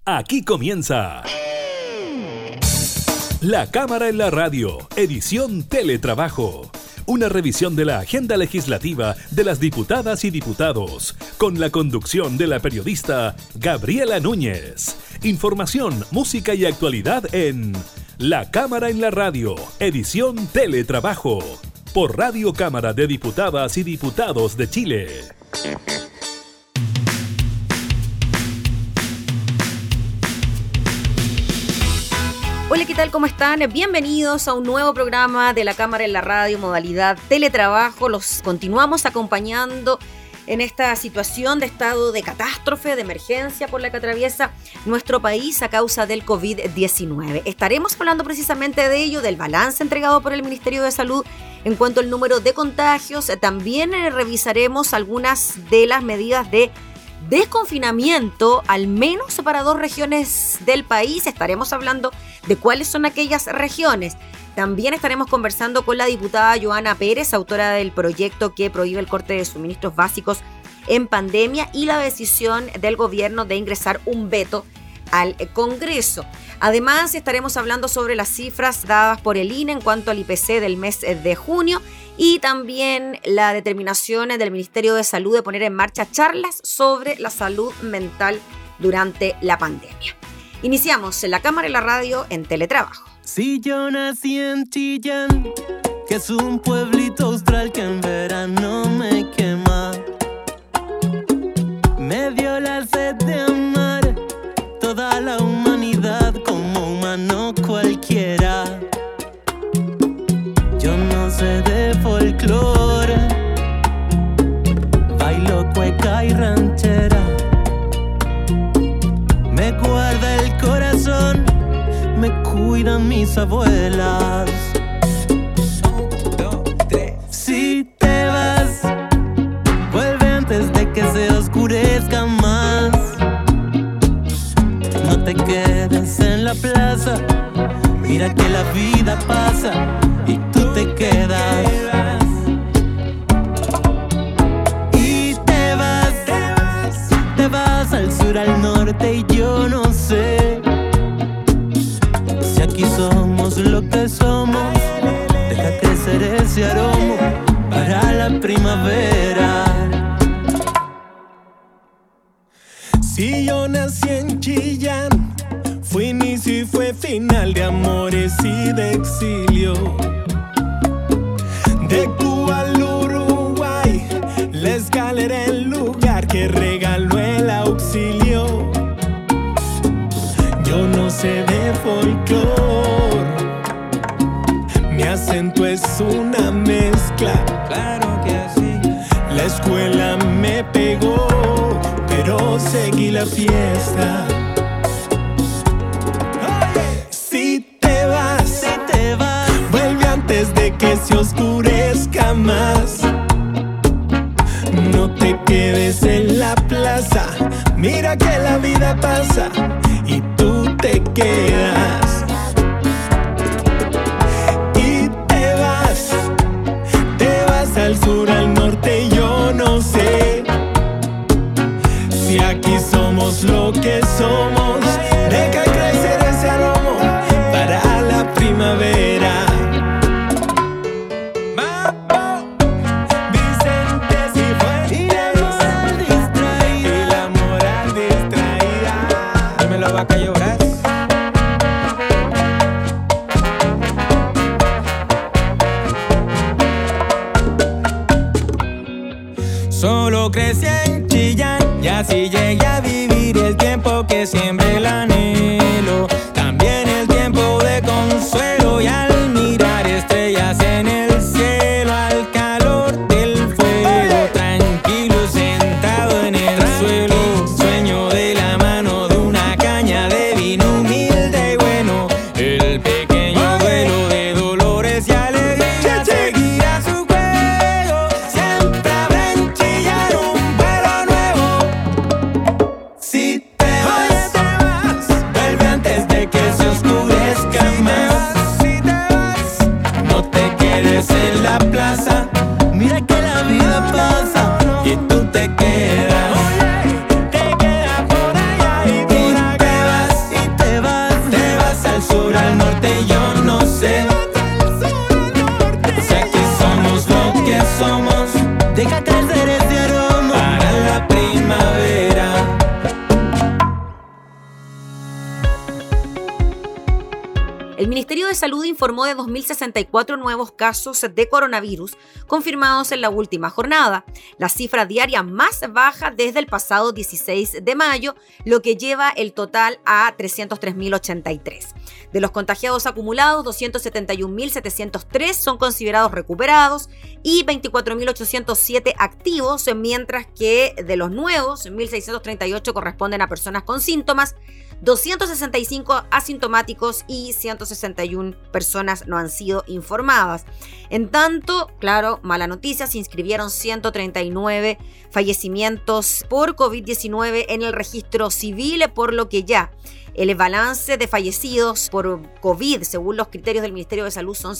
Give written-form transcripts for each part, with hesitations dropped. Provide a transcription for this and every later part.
Aquí comienza La Cámara en la Radio, edición Teletrabajo. Una revisión de la agenda legislativa de las diputadas y diputados, con la conducción de la periodista Gabriela Núñez. Información, música y actualidad en La Cámara en la Radio, edición Teletrabajo, por Radio Cámara de Diputadas y Diputados de Chile. Hola, ¿qué tal? ¿Cómo están? Bienvenidos a un nuevo programa de La Cámara en la Radio, modalidad teletrabajo. Los continuamos acompañando en esta situación de estado de catástrofe, de emergencia por la que atraviesa nuestro país a causa del COVID-19. Estaremos hablando precisamente de ello, del balance entregado por el Ministerio de Salud en cuanto al número de contagios. También revisaremos algunas de las medidas de desconfinamiento, al menos para 2 regiones del país. Estaremos hablando de cuáles son aquellas regiones. También estaremos conversando con la diputada Joana Pérez, autora del proyecto que prohíbe el corte de suministros básicos en pandemia y la decisión del gobierno de ingresar un veto al Congreso. Además, estaremos hablando sobre las cifras dadas por el INE en cuanto al IPC del mes de junio y también la determinación del Ministerio de Salud de poner en marcha charlas sobre la salud mental durante la pandemia. Iniciamos en La Cámara y la Radio en teletrabajo. Si yo nací en Chillán, que es un pueblito austral que en verano me quema, me dio la sed de amar toda la humanidad como humano cualquiera. Yo no sé de folclore, bailo cueca y ranchera. Me guarda el corazón, me cuidan mis abuelas. 1, 2, 3. Si te vas, vuelve antes de que se oscurezca más. No te quedes en la plaza, mira que la vida pasa y tú te quedas. Y te vas al sur, al norte y yo no sé si aquí somos lo que somos. Deja crecer ese aroma para la primavera. Si yo nací en Chillán, fue inicio y fue final de amores y de exilio. De Cuba al Uruguay, la escala era el lugar que regaló el auxilio. Yo no sé de folclor, mi acento es una mezcla. Claro que así. La escuela me pegó, pero seguí la fiesta. Si te vas, vuelve antes de que se oscurezca más. No te quedes en la plaza, mira que la vida pasa y tú te quedas. Y te vas al sur, al norte y yo no sé si aquí somos lo que somos. Deja crecer ese aroma para la primavera. Vicente si fue y la moral distraída. Dímelo, vaca llorar. Solo crecí en Chillán y así llegué a vivir el tiempo que siempre el anhelo. También el tiempo de consuelo y al mirar estrellas en el cielo, al calor del fuego, tranquilo sentado en el suelo. Sueño de la mano de una caña de vino humilde y bueno. El pequeño duelo de dolores y alegrías seguirá su juego. Siempre habrá en Chillán un vuelo nuevo. Si te vas, El Ministerio de Salud informó de 2.064 nuevos casos de coronavirus confirmados en la última jornada, la cifra diaria más baja desde el pasado 16 de mayo, lo que lleva el total a 303.083. De los contagiados acumulados, 271.703 son considerados recuperados y 24.807 activos, mientras que de los nuevos, 1.638 corresponden a personas con síntomas, 265 asintomáticos y 161 personas no han sido informadas. En tanto, claro, mala noticia, se inscribieron 139 fallecimientos por COVID-19 en el registro civil, por lo que ya el balance de fallecidos por COVID, según los criterios del Ministerio de Salud, son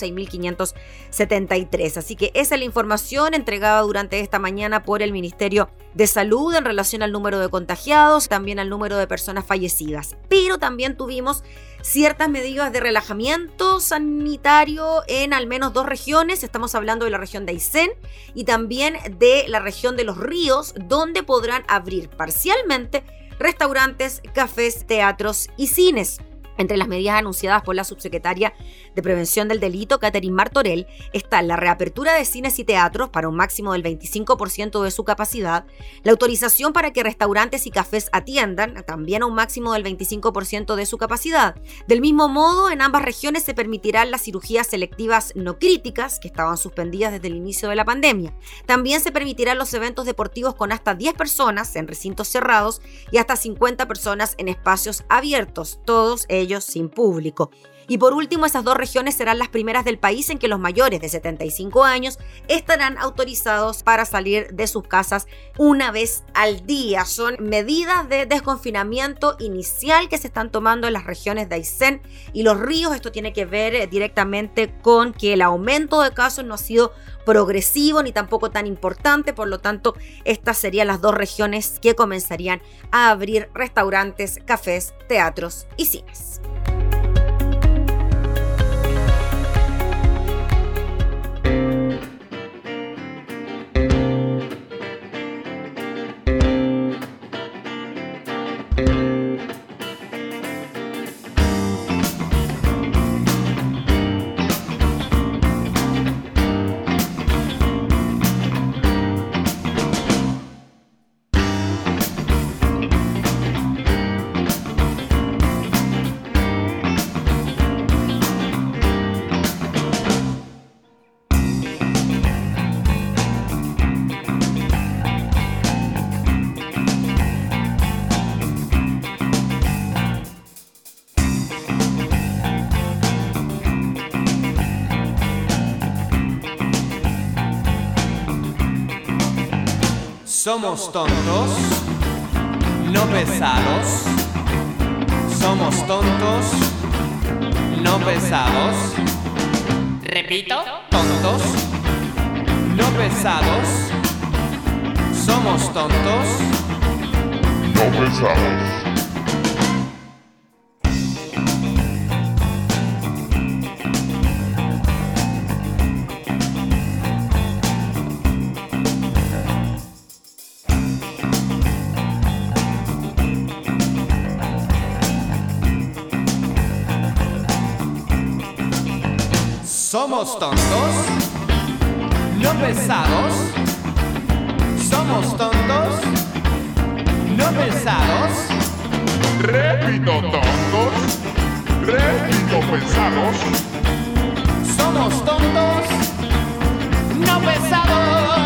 6.573. Así que esa es la información entregada durante esta mañana por el Ministerio de Salud en relación al número de contagiados, también al número de personas fallecidas. Pero también tuvimos ciertas medidas de relajamiento sanitario en al menos 2 regiones. Estamos hablando de la región de Aysén y también de la región de Los Ríos, donde podrán abrir parcialmente restaurantes, cafés, teatros y cines. Entre las medidas anunciadas por la subsecretaria de Prevención del Delito, Catherine Martorell, está la reapertura de cines y teatros para un máximo del 25% de su capacidad, la autorización para que restaurantes y cafés atiendan también a un máximo del 25% de su capacidad. Del mismo modo, en ambas regiones se permitirán las cirugías selectivas no críticas, que estaban suspendidas desde el inicio de la pandemia. También se permitirán los eventos deportivos con hasta 10 personas en recintos cerrados y hasta 50 personas en espacios abiertos, todos ellos sin público. Y por último, esas 2 regiones serán las primeras del país en que los mayores de 75 años estarán autorizados para salir de sus casas una vez al día. Son medidas de desconfinamiento inicial que se están tomando en las regiones de Aysén y Los Ríos. Esto tiene que ver directamente con que el aumento de casos no ha sido progresivo ni tampoco tan importante, por lo tanto, estas serían las 2 regiones que comenzarían a abrir restaurantes, cafés, teatros y cines. Somos tontos, no pesados. Somos tontos, no pesados. Repito, Tontos, no pesados. Somos tontos, no pesados. Somos tontos, no pesados. Somos tontos, no pesados. Repito, tontos. Repito, pesados. Somos tontos, no pesados.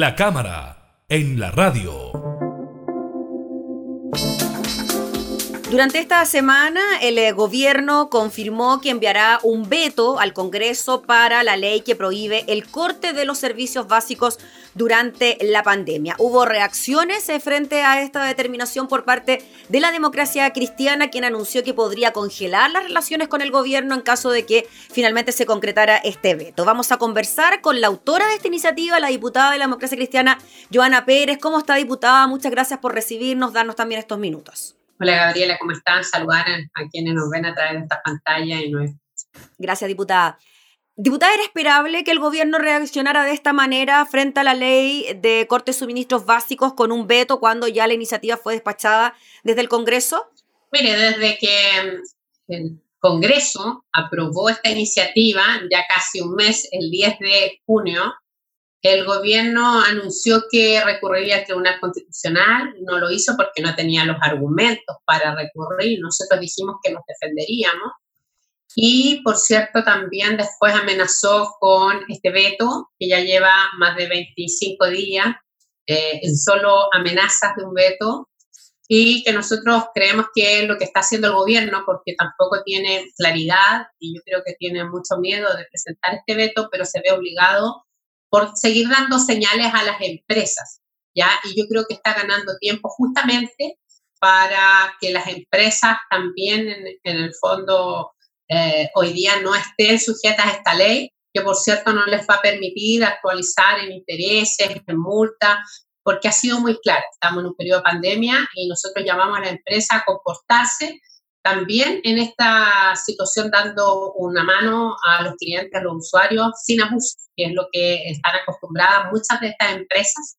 La cámara en la radio. Durante esta semana, el gobierno confirmó que enviará un veto al Congreso para la ley que prohíbe el corte de los servicios básicos durante la pandemia. Hubo reacciones frente a esta determinación por parte de la Democracia Cristiana, quien anunció que podría congelar las relaciones con el gobierno en caso de que finalmente se concretara este veto. Vamos a conversar con la autora de esta iniciativa, la diputada de la Democracia Cristiana, Joana Pérez. ¿Cómo está, diputada? Muchas gracias por recibirnos, darnos también estos minutos. Hola Gabriela, ¿cómo están? Saludar a quienes nos ven a través de esta pantalla y no es. Gracias, diputada. Diputada, ¿era esperable que el gobierno reaccionara de esta manera frente a la ley de corte de suministros básicos con un veto cuando ya la iniciativa fue despachada desde el Congreso? Mire, desde que el Congreso aprobó esta iniciativa, ya casi un mes, el 10 de junio, el gobierno anunció que recurriría al Tribunal Constitucional. No lo hizo porque no tenía los argumentos para recurrir. Nosotros dijimos que nos defenderíamos. Y, por cierto, también después amenazó con este veto, que ya lleva más de 25 días en solo amenazas de un veto, y que nosotros creemos que es lo que está haciendo el gobierno, porque tampoco tiene claridad, y yo creo que tiene mucho miedo de presentar este veto, pero se ve obligado por seguir dando señales a las empresas, ¿ya? Y yo creo que está ganando tiempo justamente para que las empresas también, en el fondo, hoy día no estén sujetas a esta ley, que por cierto no les va a permitir actualizar en intereses, en multas, porque ha sido muy clara. Estamos en un periodo de pandemia y nosotros llamamos a la empresa a comportarse también en esta situación, dando una mano a los clientes, a los usuarios, sin abuso, que es lo que están acostumbradas muchas de estas empresas,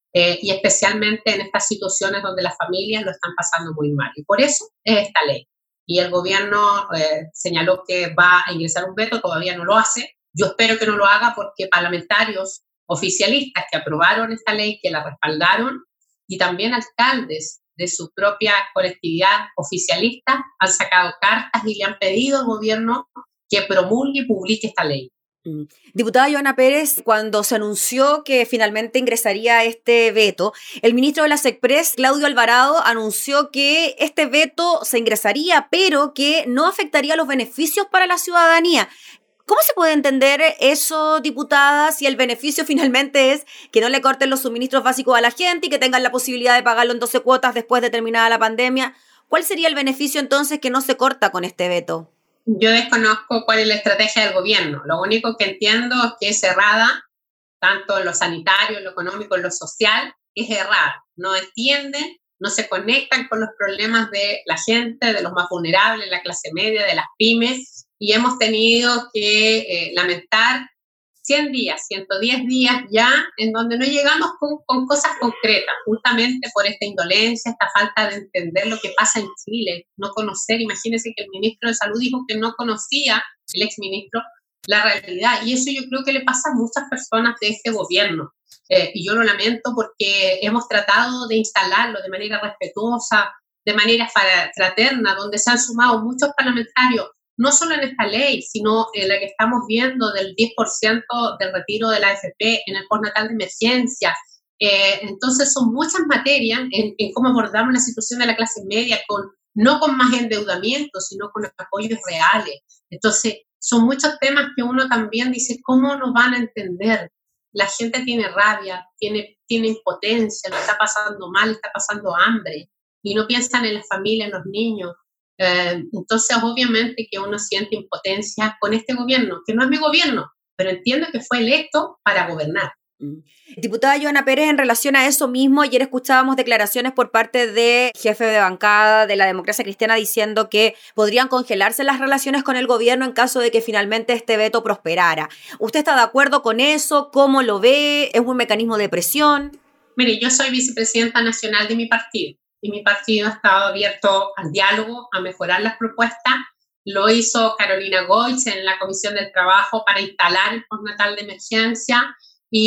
y especialmente en estas situaciones donde las familias lo están pasando muy mal. Y por eso es esta ley. Y el gobierno señaló que va a ingresar un veto, todavía no lo hace. Yo espero que no lo haga porque parlamentarios oficialistas que aprobaron esta ley, que la respaldaron, y también alcaldes de su propia colectividad oficialista han sacado cartas y le han pedido al gobierno que promulgue y publique esta ley. Diputada Joana Pérez, cuando se anunció que finalmente ingresaría este veto, el ministro de la SECPRES, Claudio Alvarado, anunció que este veto se ingresaría, pero que no afectaría los beneficios para la ciudadanía. ¿Cómo se puede entender eso, diputada, si el beneficio finalmente es que no le corten los suministros básicos a la gente y que tengan la posibilidad de pagarlo en 12 cuotas después de terminada la pandemia? ¿Cuál sería el beneficio entonces que no se corta con este veto? Yo desconozco cuál es la estrategia del gobierno. Lo único que entiendo es que es errada, tanto en lo sanitario, en lo económico, en lo social, es errada. No entienden, no se conectan con los problemas de la gente, de los más vulnerables, la clase media, de las pymes, y hemos tenido que lamentar 100 días, 110 días ya, en donde no llegamos con cosas concretas, justamente por esta indolencia, esta falta de entender lo que pasa en Chile, no conocer. Imagínense que el ministro de Salud dijo que no conocía, el exministro, la realidad, y eso yo creo que le pasa a muchas personas de este gobierno, y yo lo lamento porque hemos tratado de instalarlo de manera respetuosa, de manera fraterna, donde se han sumado muchos parlamentarios, no solo en esta ley, sino en la que estamos viendo del 10% del retiro de la AFP, en el postnatal de emergencia. Entonces son muchas materias en cómo abordamos la situación de la clase media, no con más endeudamiento, sino con apoyos reales. Entonces son muchos temas que uno también dice, ¿cómo nos van a entender? La gente tiene rabia, tiene impotencia, lo está pasando mal, está pasando hambre, y no piensan en la familia, en los niños. Entonces obviamente que uno siente impotencia con este gobierno, que no es mi gobierno, pero entiendo que fue electo para gobernar. Diputada Joana Pérez, en relación a eso mismo, ayer escuchábamos declaraciones por parte de jefe de bancada de la Democracia Cristiana diciendo que podrían congelarse las relaciones con el gobierno en caso de que finalmente este veto prosperara. ¿Usted está de acuerdo con eso? ¿Cómo lo ve? ¿Es un mecanismo de presión? Mire, yo soy vicepresidenta nacional de mi partido y mi partido ha estado abierto al diálogo, a mejorar las propuestas. Lo hizo Carolina Goich en la Comisión del Trabajo para instalar el postnatal de emergencia.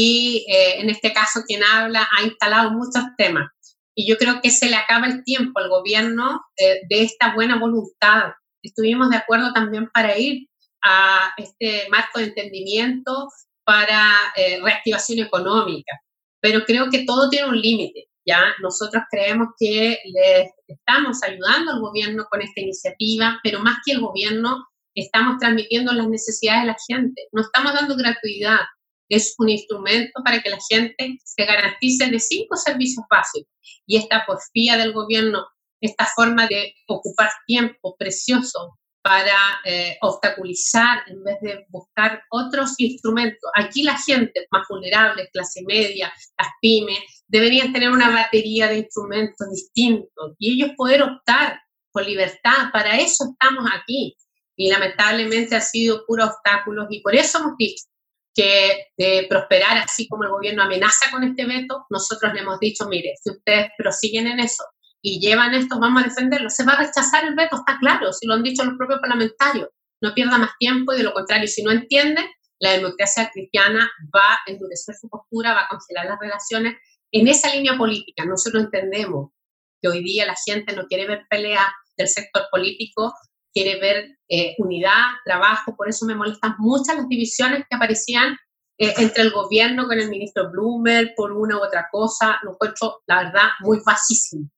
Y en este caso quien habla ha instalado muchos temas. Y yo creo que se le acaba el tiempo al gobierno de esta buena voluntad. Estuvimos de acuerdo también para ir a este marco de entendimiento para reactivación económica. pero creo que todo tiene un límite. Ya nosotros creemos que le estamos ayudando al gobierno con esta iniciativa, pero más que el gobierno, estamos transmitiendo las necesidades de la gente. No estamos dando gratuidad, es un instrumento para que la gente se garantice de 5 servicios básicos. Y esta porfía del gobierno, esta forma de ocupar tiempo precioso para obstaculizar en vez de buscar otros instrumentos. Aquí la gente más vulnerable, clase media, las pymes, deberían tener una batería de instrumentos distintos y ellos poder optar con libertad. Para eso estamos aquí. Y lamentablemente ha sido puro obstáculos y por eso hemos dicho que de prosperar así como el gobierno amenaza con este veto, nosotros le hemos dicho, mire, si ustedes prosiguen en eso y llevan esto, vamos a defenderlo. Se va a rechazar el veto, está claro, si lo han dicho los propios parlamentarios. No pierda más tiempo y de lo contrario, si no entiende, la democracia cristiana va a endurecer su postura, va a congelar las relaciones. En esa línea política, nosotros entendemos que hoy día la gente no quiere ver pelea del sector político, quiere ver unidad, trabajo, por eso me molestan muchas las divisiones que aparecían entre el gobierno con el ministro Blumer por una u otra cosa. Lo encuentro, la verdad, muy bajísimo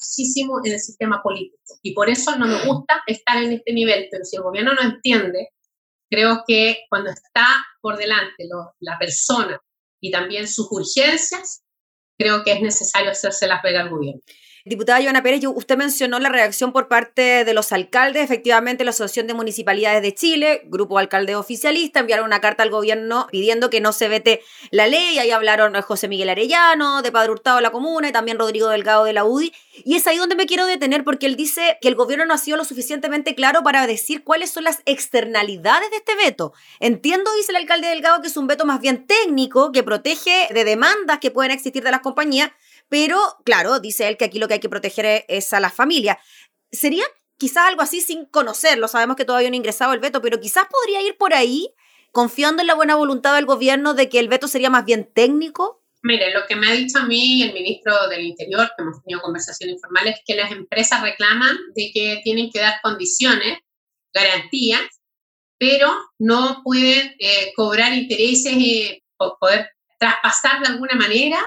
en el sistema político. Y por eso no me gusta estar en este nivel, pero si el gobierno no entiende, creo que cuando está por delante la persona y también sus urgencias, creo que es necesario hacérselas ver al gobierno. Diputada Joana Pérez, usted mencionó la reacción por parte de los alcaldes. Efectivamente, la Asociación de Municipalidades de Chile, grupo alcalde oficialista, enviaron una carta al gobierno pidiendo que no se vete la ley. Ahí hablaron José Miguel Arellano, de Padre Hurtado de la Comuna, y también Rodrigo Delgado de la UDI. Y es ahí donde me quiero detener, porque él dice que el gobierno no ha sido lo suficientemente claro para decir cuáles son las externalidades de este veto. Entiendo, dice el alcalde Delgado, que es un veto más bien técnico, que protege de demandas que pueden existir de las compañías, pero, claro, dice él que aquí lo que hay que proteger es a las familias. Sería quizás algo así sin conocerlo. Sabemos que todavía no ha ingresado el veto, pero quizás podría ir por ahí confiando en la buena voluntad del gobierno de que el veto sería más bien técnico. Mire, lo que me ha dicho a mí el ministro del Interior, que hemos tenido conversaciones informales, es que las empresas reclaman de que tienen que dar condiciones, garantías, pero no pueden cobrar intereses o poder traspasar de alguna manera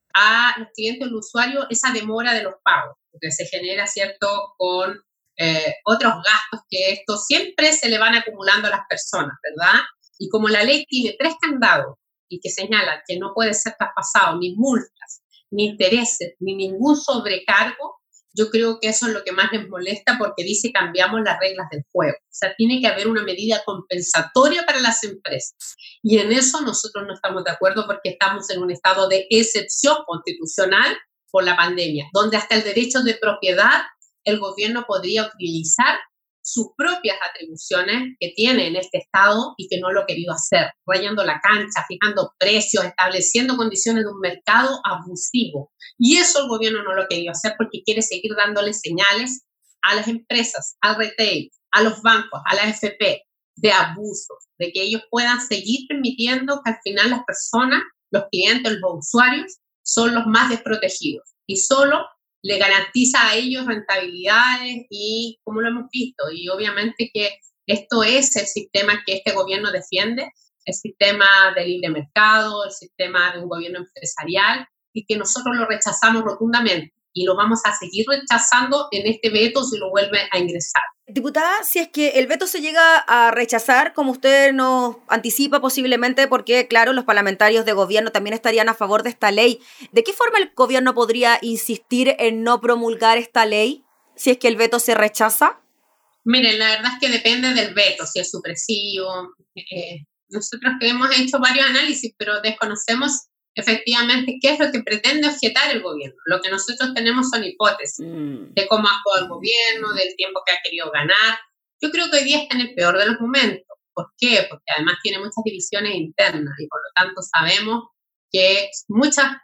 a los clientes, al usuario, esa demora de los pagos, porque se genera, ¿cierto?, con otros gastos que esto siempre se le van acumulando a las personas, ¿verdad? Y como la ley tiene 3 candados y que señala que no puede ser traspasado ni multas, ni intereses, ni ningún sobrecargo, yo creo que eso es lo que más les molesta porque dice cambiamos las reglas del juego. O sea, tiene que haber una medida compensatoria para las empresas. Y en eso nosotros no estamos de acuerdo porque estamos en un estado de excepción constitucional por la pandemia, donde hasta el derecho de propiedad el gobierno podría utilizar sus propias atribuciones que tiene en este estado y que no lo ha querido hacer, rayando la cancha, fijando precios, estableciendo condiciones de un mercado abusivo. Y eso el gobierno no lo ha querido hacer porque quiere seguir dándole señales a las empresas, al retail, a los bancos, a la AFP, de abusos, de que ellos puedan seguir permitiendo que al final las personas, los clientes, los usuarios, son los más desprotegidos y solo le garantiza a ellos rentabilidades y como lo hemos visto, y obviamente que esto es el sistema que este gobierno defiende, el sistema de libre mercado, el sistema de un gobierno empresarial, y que nosotros lo rechazamos rotundamente y lo vamos a seguir rechazando en este veto si lo vuelve a ingresar. Diputada, si es que el veto se llega a rechazar, como usted nos anticipa posiblemente, porque claro, los parlamentarios de gobierno también estarían a favor de esta ley, ¿de qué forma el gobierno podría insistir en no promulgar esta ley si es que el veto se rechaza? Miren, la verdad es que depende del veto, si es supresivo. Nosotros que hemos hecho varios análisis, pero desconocemos efectivamente qué es lo que pretende objetar el gobierno. Lo que nosotros tenemos son hipótesis de cómo actúa el gobierno, del tiempo que ha querido ganar. Yo creo que hoy día está en el peor de los momentos. ¿Por qué? Porque además tiene muchas divisiones internas y por lo tanto sabemos que muchas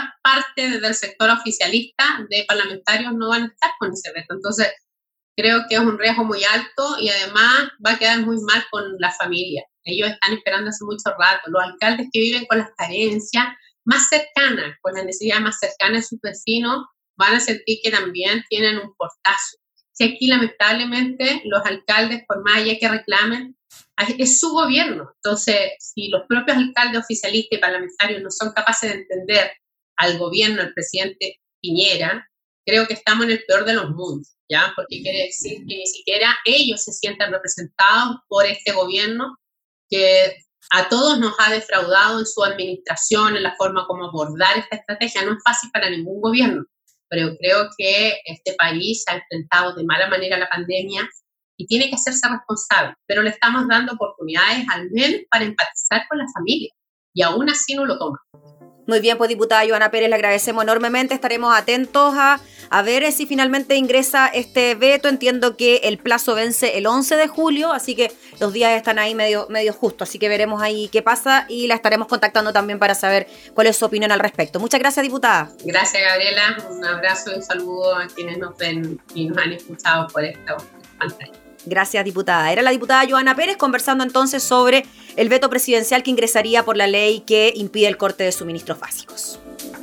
partes del sector oficialista de parlamentarios no van a estar con ese veto. Entonces, creo que es un riesgo muy alto y además va a quedar muy mal con la familia. Ellos están esperando hace mucho rato. Los alcaldes que viven con las carencias más cercanas, con las necesidades más cercanas de sus vecinos, van a sentir que también tienen un portazo. Si aquí lamentablemente los alcaldes, por más allá que reclamen, es su gobierno. Entonces, si los propios alcaldes oficialistas y parlamentarios no son capaces de entender al gobierno del presidente Piñera, creo que estamos en el peor de los mundos, ¿ya? Porque quiere decir que ni siquiera ellos se sientan representados por este gobierno que a todos nos ha defraudado en su administración, en la forma como abordar esta estrategia. No es fácil para ningún gobierno, pero creo que este país ha enfrentado de mala manera la pandemia y tiene que hacerse responsable, pero le estamos dando oportunidades al menos para empatizar con la familia y aún así no lo toma. Muy bien, pues diputada Joana Pérez, le agradecemos enormemente. Estaremos atentos a ver si finalmente ingresa este veto. Entiendo que el plazo vence el 11 de julio, así que los días están ahí medio justos. Así que veremos ahí qué pasa y la estaremos contactando también para saber cuál es su opinión al respecto. Muchas gracias, diputada. Gracias, Gabriela. Un abrazo y un saludo a quienes nos ven y nos han escuchado por esta pantalla. Gracias, diputada. Era la diputada Joana Pérez conversando entonces sobre el veto presidencial que ingresaría por la ley que impide el corte de suministros básicos.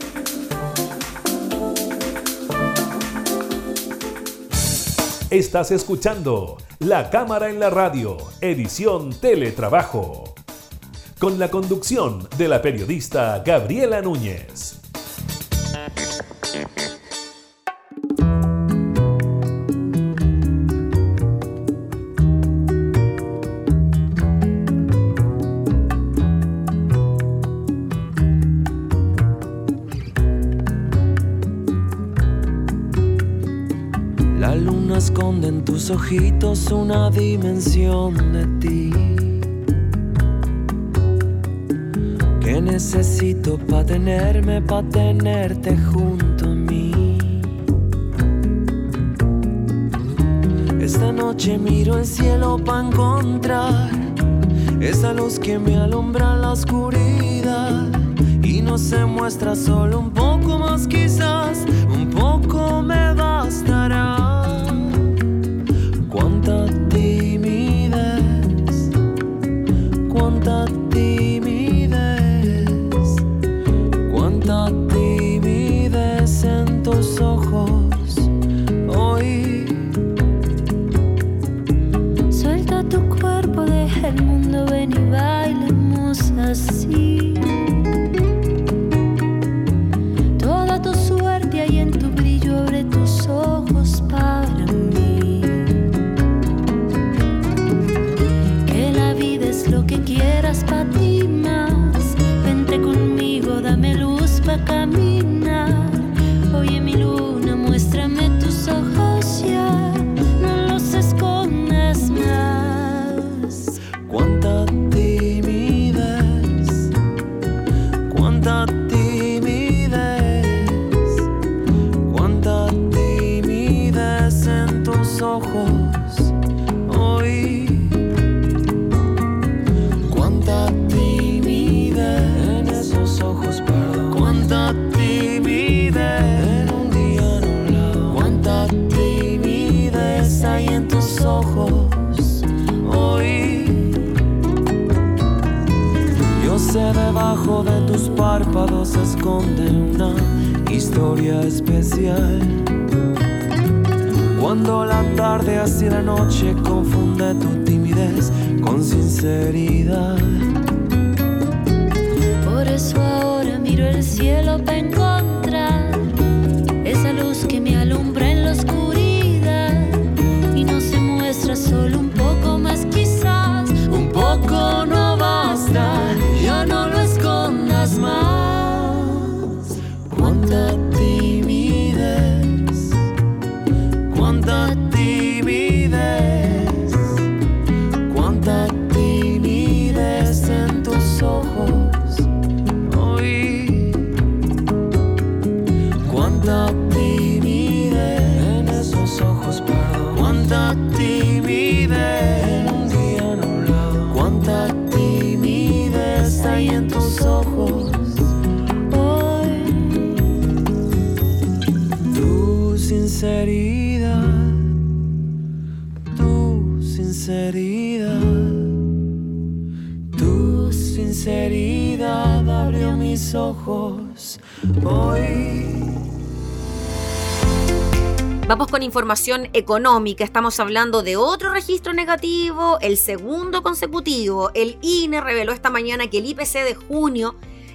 Estás escuchando La Cámara en la Radio, edición Teletrabajo, con la conducción de la periodista Gabriela Núñez. Esconde en tus ojitos una dimensión de ti que necesito pa' tenerte junto a mí. Esta noche miro el cielo pa' encontrar esa luz que me alumbra en la oscuridad y no se muestra, solo un poco más, quizás un poco me bastará. Cuánta timidez, cuánta timidez, cuánta timidez en tus ojos hoy. Suelta tu cuerpo, deja el mundo, ven y bailemos así. Toda tu suerte hay en tu brillo, abre tus ojos para mí. Lo que quieras pa' ti más, vente conmigo, dame luz pa' caminar. Oye mi luna, muéstrame tus ojos ya, no los escondas más. Cuánta timidez, cuánta timidez, cuánta timidez en tus ojos hoy. Cuánta timidez en esos ojos, perdón. Cuánta timidez en un día nublado. Cuánta timidez hay en tus ojos hoy. Yo sé, debajo de tus párpados se esconde una historia especial. Cuando la tarde hacia la noche confunde tu timidez con sinceridad. Por eso ahora miro el cielo para encontrar esa luz que me alumbra en la oscuridad y no se muestra, solo un poco más, quizás un poco no basta, ya no lo escondas más. Cuánta timidez, cuánta timidez, cuánta timidez en tus ojos hoy. Cuánta timidez en esos ojos, perdón. Cuánta timidez en un día nublado. Cuánta timidez hay en tus ojos hoy. Tu sinceridad, tu sinceridad, tu sinceridad abrió mis ojos hoy. Vamos con información económica. Estamos hablando de otro registro negativo, el segundo consecutivo. El INE reveló esta mañana que el IPC de junio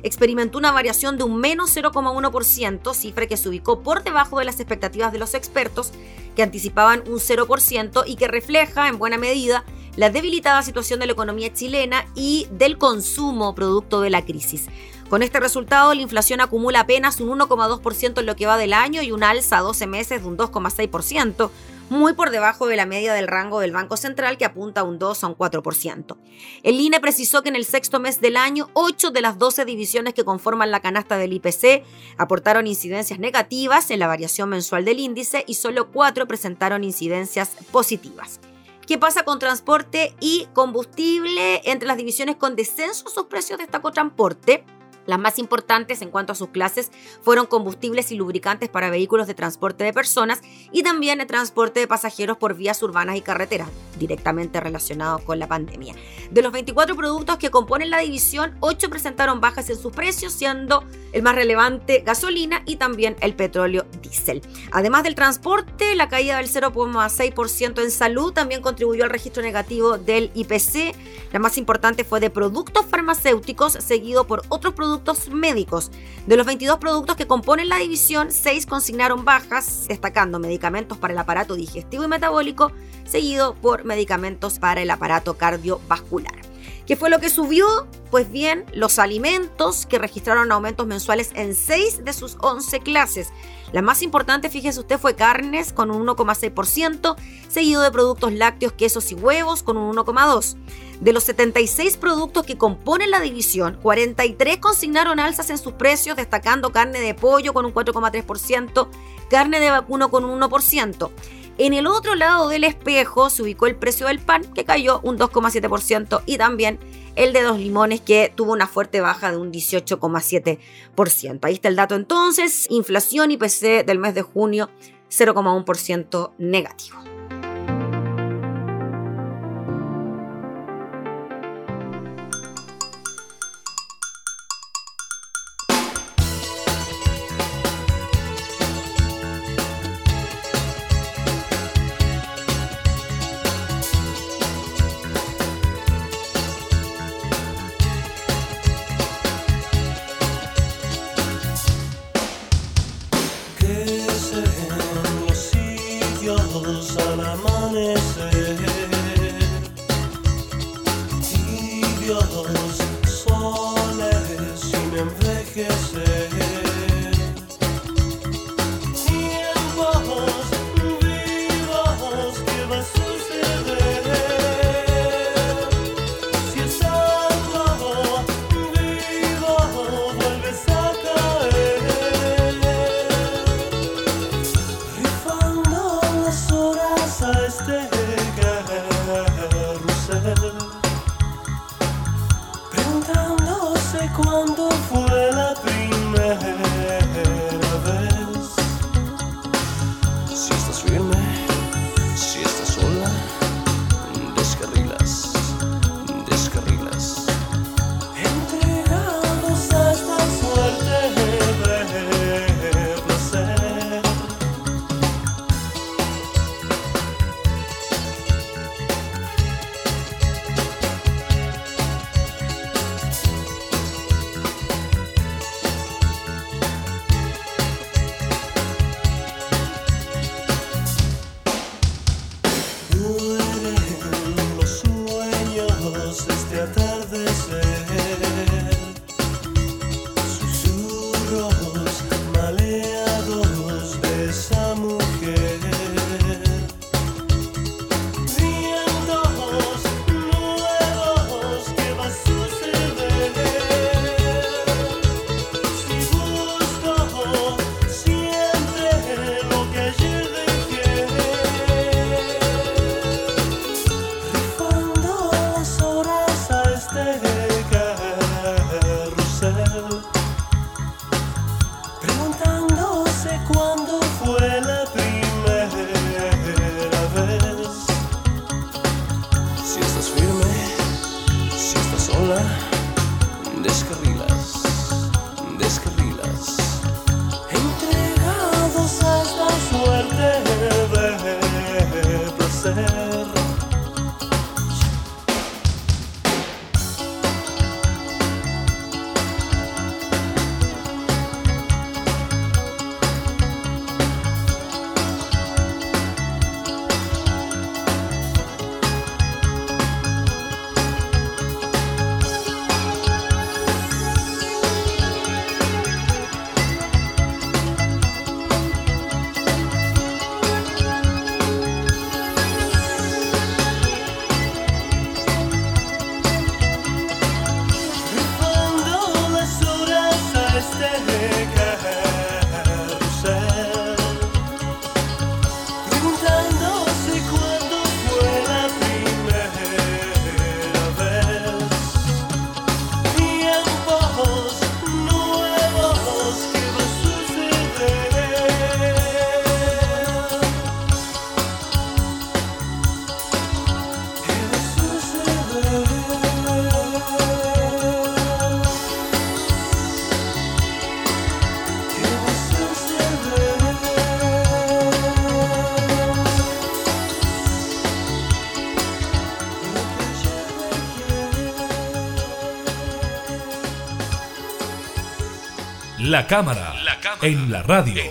experimentó una variación de un menos 0,1%, cifra que se ubicó por debajo de las expectativas de los expertos, que anticipaban un 0% y que refleja en buena medida la debilitada situación de la economía chilena y del consumo producto de la crisis. Con este resultado, la inflación acumula apenas un 1,2% en lo que va del año y un alza a 12 meses de un 2,6%, muy por debajo de la media del rango del Banco Central, que apunta a un 2 a un 4%. El INE precisó que en el sexto mes del año, 8 de las 12 divisiones que conforman la canasta del IPC aportaron incidencias negativas en la variación mensual del índice y solo 4 presentaron incidencias positivas. ¿Qué pasa con transporte y combustible? Entre las divisiones con descenso en sus precios destacó transporte. Las más importantes en cuanto a sus clases fueron combustibles y lubricantes para vehículos de transporte de personas y también el transporte de pasajeros por vías urbanas y carreteras, directamente relacionados con la pandemia. De los 24 productos que componen la división, 8 presentaron bajas en sus precios, siendo el más relevante gasolina y también el petróleo diésel. Además del transporte, la caída del 0,6% en salud también contribuyó al registro negativo del IPC. La más importante fue de productos farmacéuticos, seguido por otros productos médicos. De los 22 productos que componen la división, 6 consignaron bajas, destacando medicamentos para el aparato digestivo y metabólico, seguido por medicamentos para el aparato cardiovascular. ¿Qué fue lo que subió? Pues bien, los alimentos, que registraron aumentos mensuales en 6 de sus 11 clases. La más importante, fíjese usted, fue carnes con un 1,6%, seguido de productos lácteos, quesos y huevos con un 1,2%. De los 76 productos que componen la división, 43 consignaron alzas en sus precios, destacando carne de pollo con un 4,3%, carne de vacuno con un 1%. En el otro lado del espejo se ubicó el precio del pan, que cayó un 2,7%, y también el de los limones, que tuvo una fuerte baja de un 18,7%. Ahí está el dato entonces. Inflación IPC del mes de junio, 0,1% negativo. La cámara en la radio.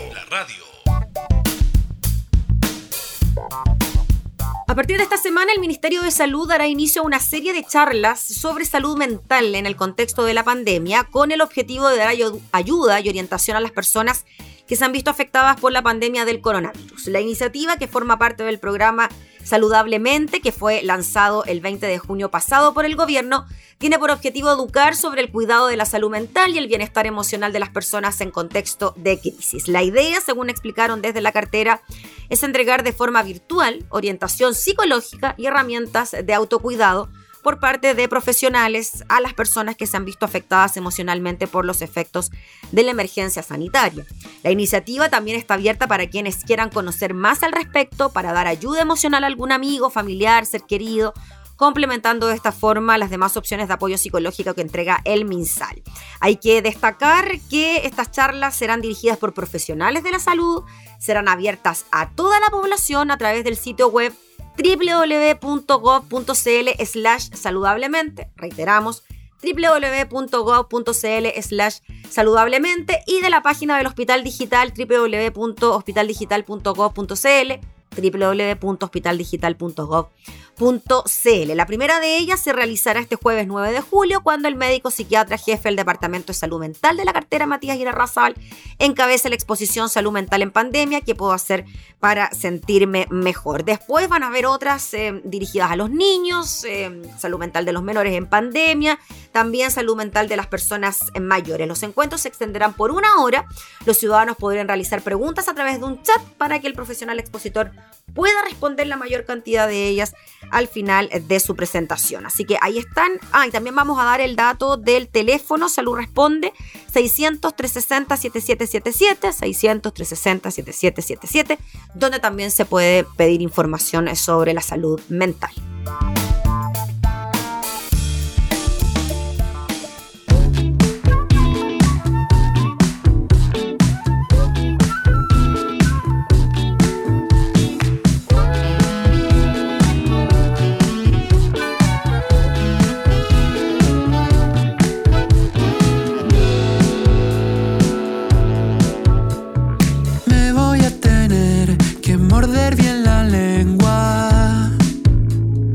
A partir de esta semana, el Ministerio de Salud dará inicio a una serie de charlas sobre salud mental en el contexto de la pandemia, con el objetivo de dar ayuda y orientación a las personas que se han visto afectadas por la pandemia del coronavirus. La iniciativa, que forma parte del programa Saludablemente, que fue lanzado el 20 de junio pasado por el gobierno, tiene por objetivo educar sobre el cuidado de la salud mental y el bienestar emocional de las personas en contexto de crisis. La idea, según explicaron desde la cartera, es entregar de forma virtual orientación psicológica y herramientas de autocuidado por parte de profesionales a las personas que se han visto afectadas emocionalmente por los efectos de la emergencia sanitaria. La iniciativa también está abierta para quienes quieran conocer más al respecto, para dar ayuda emocional a algún amigo, familiar, ser querido, complementando de esta forma las demás opciones de apoyo psicológico que entrega el MinSal. Hay que destacar que estas charlas serán dirigidas por profesionales de la salud, serán abiertas a toda la población a través del sitio web www.gov.cl/saludablemente, reiteramos, www.gov.cl/saludablemente, y de la página del Hospital Digital www.hospitaldigital.gov.cl, www.hospitaldigital.gov.cl. La primera de ellas se realizará este jueves 9 de julio, cuando el médico psiquiatra jefe del Departamento de Salud Mental de la cartera, Matías Irarrázaval, encabece la exposición Salud Mental en Pandemia, ¿qué puedo hacer para sentirme mejor? Después van a haber otras dirigidas a los niños, salud mental de los menores en pandemia, también salud mental de las personas mayores. Los encuentros se extenderán por 1 hora. Los ciudadanos podrán realizar preguntas a través de un chat para que el profesional expositor pueda responder la mayor cantidad de ellas al final de su presentación. Así que ahí están. Y también vamos a dar el dato del teléfono Salud Responde, 600-360-7777, 600-360-7777, donde también se puede pedir información sobre la salud mental. Morder bien la lengua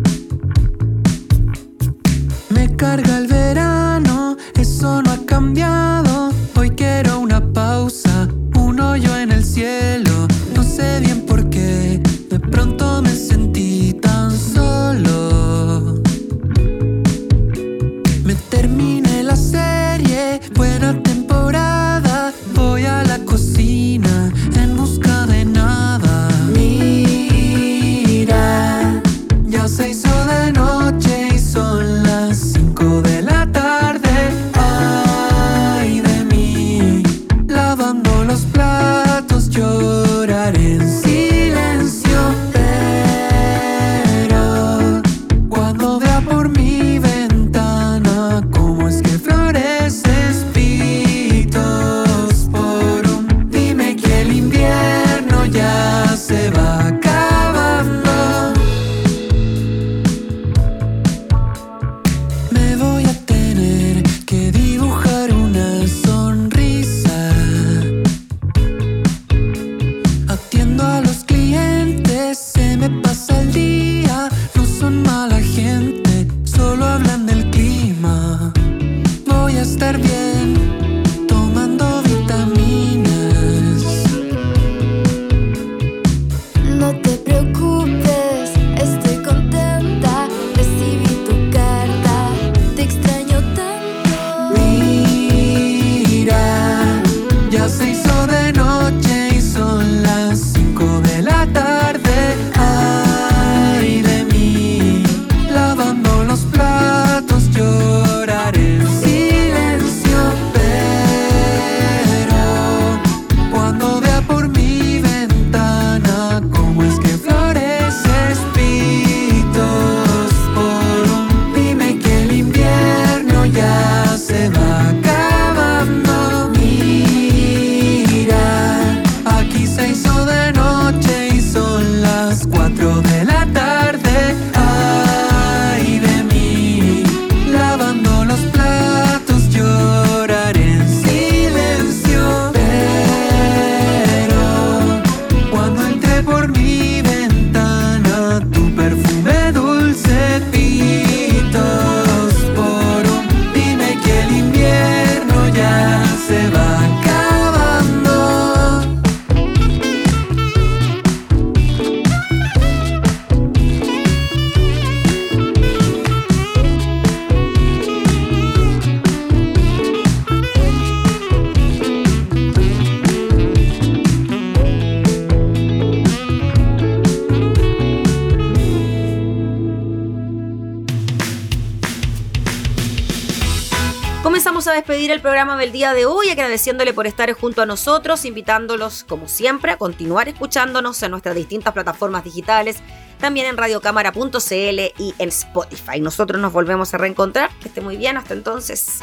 Comenzamos a despedir el programa del día de hoy, agradeciéndole por estar junto a nosotros, invitándolos, como siempre, a continuar escuchándonos en nuestras distintas plataformas digitales, también en radiocámara.cl y en Spotify. Nosotros nos volvemos a reencontrar. Que esté muy bien, hasta entonces.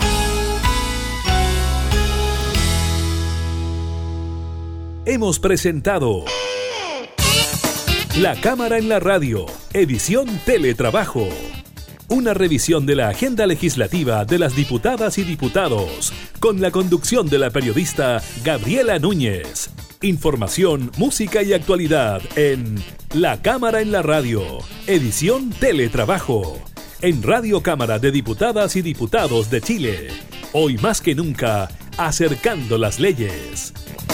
Hemos presentado La Cámara en la Radio, edición Teletrabajo. Una revisión de la agenda legislativa de las diputadas y diputados, con la conducción de la periodista Gabriela Núñez. Información, música y actualidad en La Cámara en la Radio, edición Teletrabajo. En Radio Cámara de Diputadas y Diputados de Chile. Hoy más que nunca, acercando las leyes.